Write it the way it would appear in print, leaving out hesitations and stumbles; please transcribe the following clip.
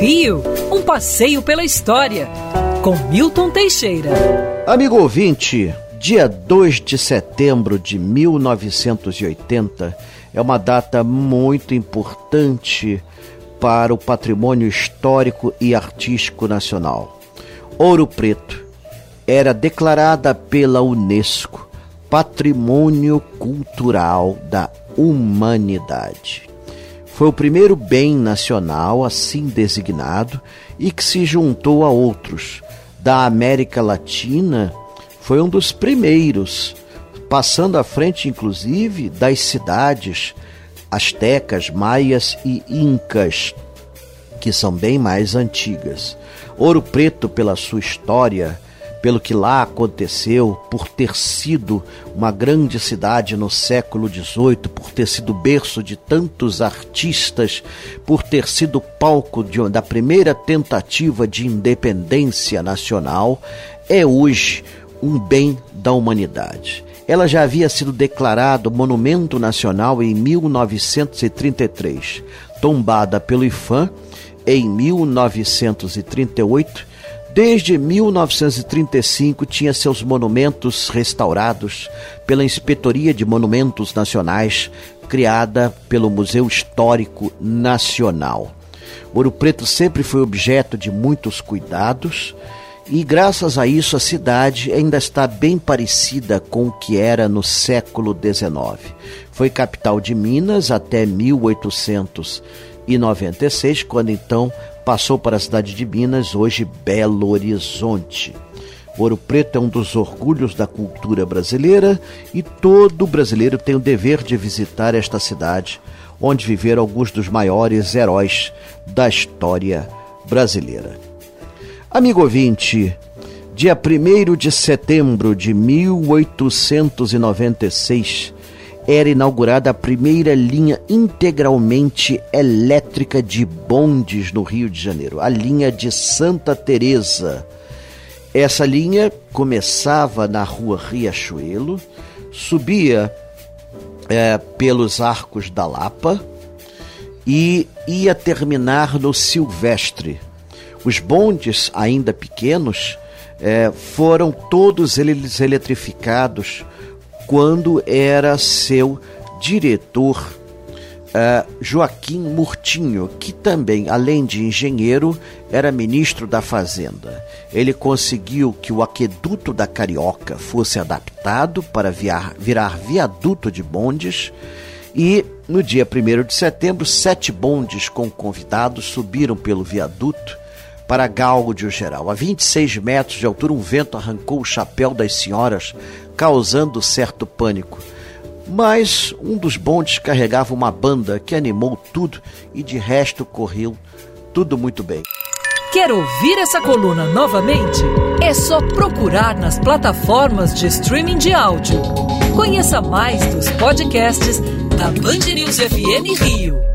Rio, um passeio pela história, com Milton Teixeira. Amigo ouvinte, dia 2 de setembro de 1980 é uma data muito importante para o patrimônio histórico e artístico nacional. Ouro Preto era declarada pela Unesco Patrimônio Cultural da Humanidade. Foi o primeiro bem nacional assim designado e que se juntou a outros. Da América Latina, foi um dos primeiros, passando à frente inclusive das cidades astecas, maias e incas, que são bem mais antigas. Ouro Preto, pela sua história, pelo que lá aconteceu, por ter sido uma grande cidade no século XVIII, por ter sido berço de tantos artistas, por ter sido palco da primeira tentativa de independência nacional, é hoje um bem da humanidade. Ela já havia sido declarado Monumento Nacional em 1933, tombada pelo IPHAN em 1938, desde 1935 tinha seus monumentos restaurados pela Inspetoria de Monumentos Nacionais, criada pelo Museu Histórico Nacional. Ouro Preto sempre foi objeto de muitos cuidados e, graças a isso, a cidade ainda está bem parecida com o que era no século XIX. Foi capital de Minas até 1896, quando então passou para a cidade de Minas, hoje Belo Horizonte. Ouro Preto é um dos orgulhos da cultura brasileira e todo brasileiro tem o dever de visitar esta cidade, onde viveram alguns dos maiores heróis da história brasileira. Amigo ouvinte, dia 1º de setembro de 1896, era inaugurada a primeira linha integralmente elétrica de bondes no Rio de Janeiro, a linha de Santa Teresa. Essa linha começava na rua Riachuelo, subia pelos Arcos da Lapa e ia terminar no Silvestre. Os bondes, ainda pequenos, foram todos eles eletrificados quando era seu diretor Joaquim Murtinho, que também, além de engenheiro, era ministro da Fazenda. Ele conseguiu que o aqueduto da Carioca fosse adaptado para virar viaduto de bondes e, no dia 1º de setembro, 7 bondes com convidados subiram pelo viaduto para Gáudio Geral. A 26 metros de altura, um vento arrancou o chapéu das senhoras, causando certo pânico. Mas um dos bondes carregava uma banda que animou tudo e de resto correu tudo muito bem. Quer ouvir essa coluna novamente? É só procurar nas plataformas de streaming de áudio. Conheça mais dos podcasts da Band News FM Rio.